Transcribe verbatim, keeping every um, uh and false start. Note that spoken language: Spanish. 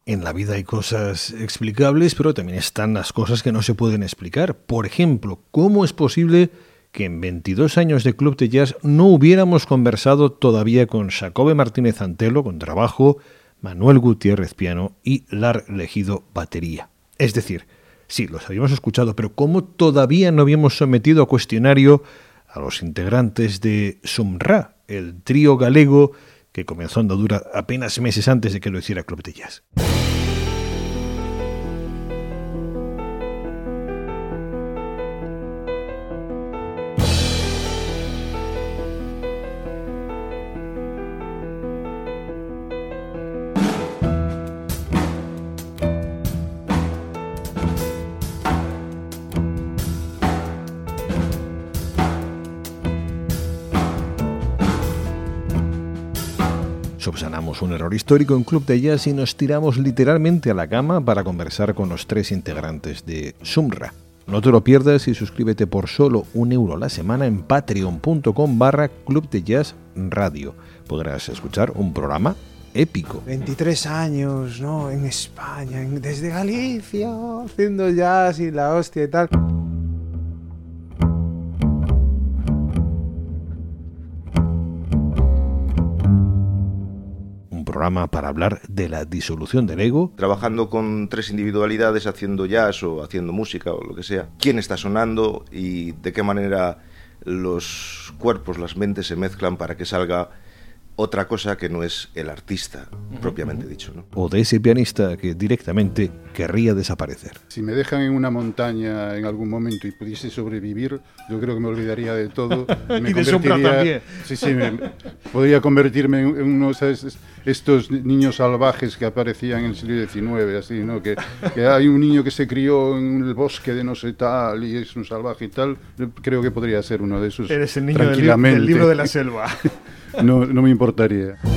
En la vida hay cosas explicables, pero también están las cosas que no se pueden explicar. Por ejemplo, ¿cómo es posible que en veintidós años de Club de Jazz no hubiéramos conversado todavía con Xacobe Martínez Antelo, con trabajo, Manuel Gutiérrez piano y Lar Legido batería? Es decir, sí, los habíamos escuchado, pero ¿cómo todavía no habíamos sometido a cuestionario a los integrantes de Sumra, el trío galego que comenzó andadura apenas meses antes de que lo hiciera Club de Jazz? Subsanamos un error histórico en Club de Jazz y nos tiramos literalmente a la cama para conversar con los tres integrantes de Sumra. No te lo pierdas y suscríbete por solo un euro a la semana en patreon.com barra Club de Jazz Radio. Podrás escuchar un programa épico. veintitrés años, ¿no? En España, en, desde Galicia, haciendo jazz y la hostia y tal. Programa para hablar de la disolución del ego. Trabajando con tres individualidades, haciendo jazz o haciendo música o lo que sea. ¿Quién está sonando y de qué manera los cuerpos, las mentes se mezclan para que salga otra cosa que no es el artista, uh-huh, propiamente uh-huh. dicho, ¿no? O de ese pianista que directamente querría desaparecer. Si me dejan en una montaña en algún momento y pudiese sobrevivir, yo creo que me olvidaría de todo. Me y de Sumra también. Sí, sí, me, podría convertirme en, en uno de estos niños salvajes que aparecían en el siglo diecinueve, así, ¿no? Que, que hay un niño que se crió en el bosque de no sé tal y es un salvaje y tal. Yo creo que podría ser uno de esos. Eres el niño del, li- del libro de la selva. No, no me importaría.